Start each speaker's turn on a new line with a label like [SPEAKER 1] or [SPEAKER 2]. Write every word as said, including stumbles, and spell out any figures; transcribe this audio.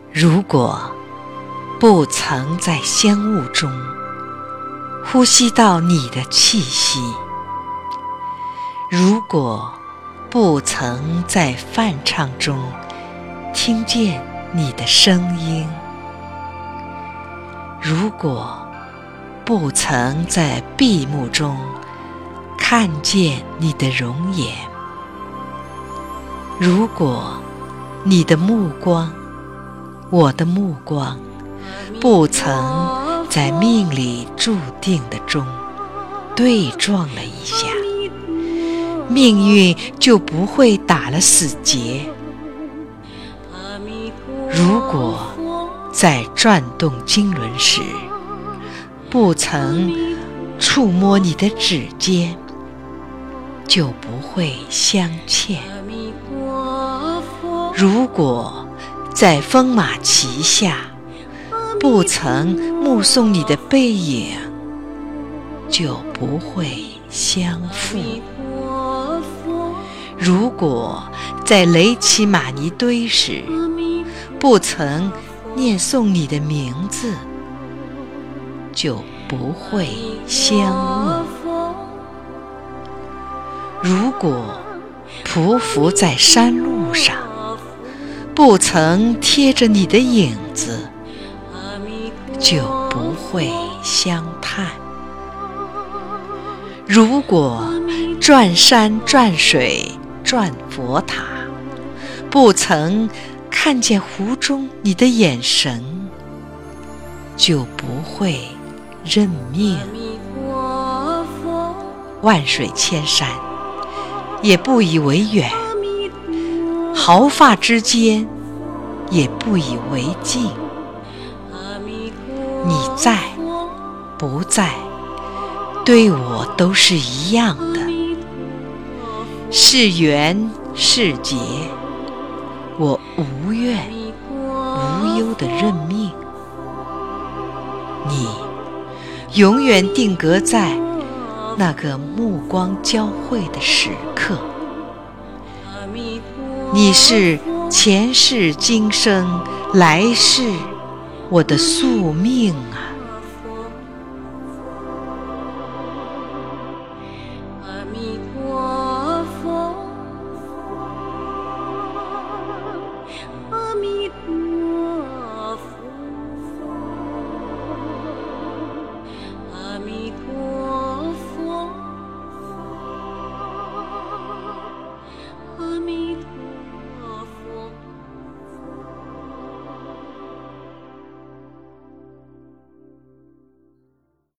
[SPEAKER 1] 如果不曾在香雾中呼吸到你的气息，如果不曾在梵唱中听见你的声音，如果不曾在闭目中看见你的容颜，如果你的目光，我的目光，不曾在命里注定的中对撞了一下，命运就不会打了死结。如果在转动经轮时不曾触摸你的指尖，就不会相欠。如果在风马旗下不曾目送你的背影，就不会相负。如果在雷奇玛尼堆时不曾念诵你的名字，就不会相误。如果匍匐在山路上不曾贴着你的影子，就不会相叹。如果转山转水转佛塔不曾看见湖中你的眼神，就不会认命。万水千山也不以为远，毫发之间也不以为近。你在不在，对我都是一样的，是缘是劫，我无怨无忧地认命。你永远定格在那个目光交汇的时刻，你是前世今生来世我的宿命啊。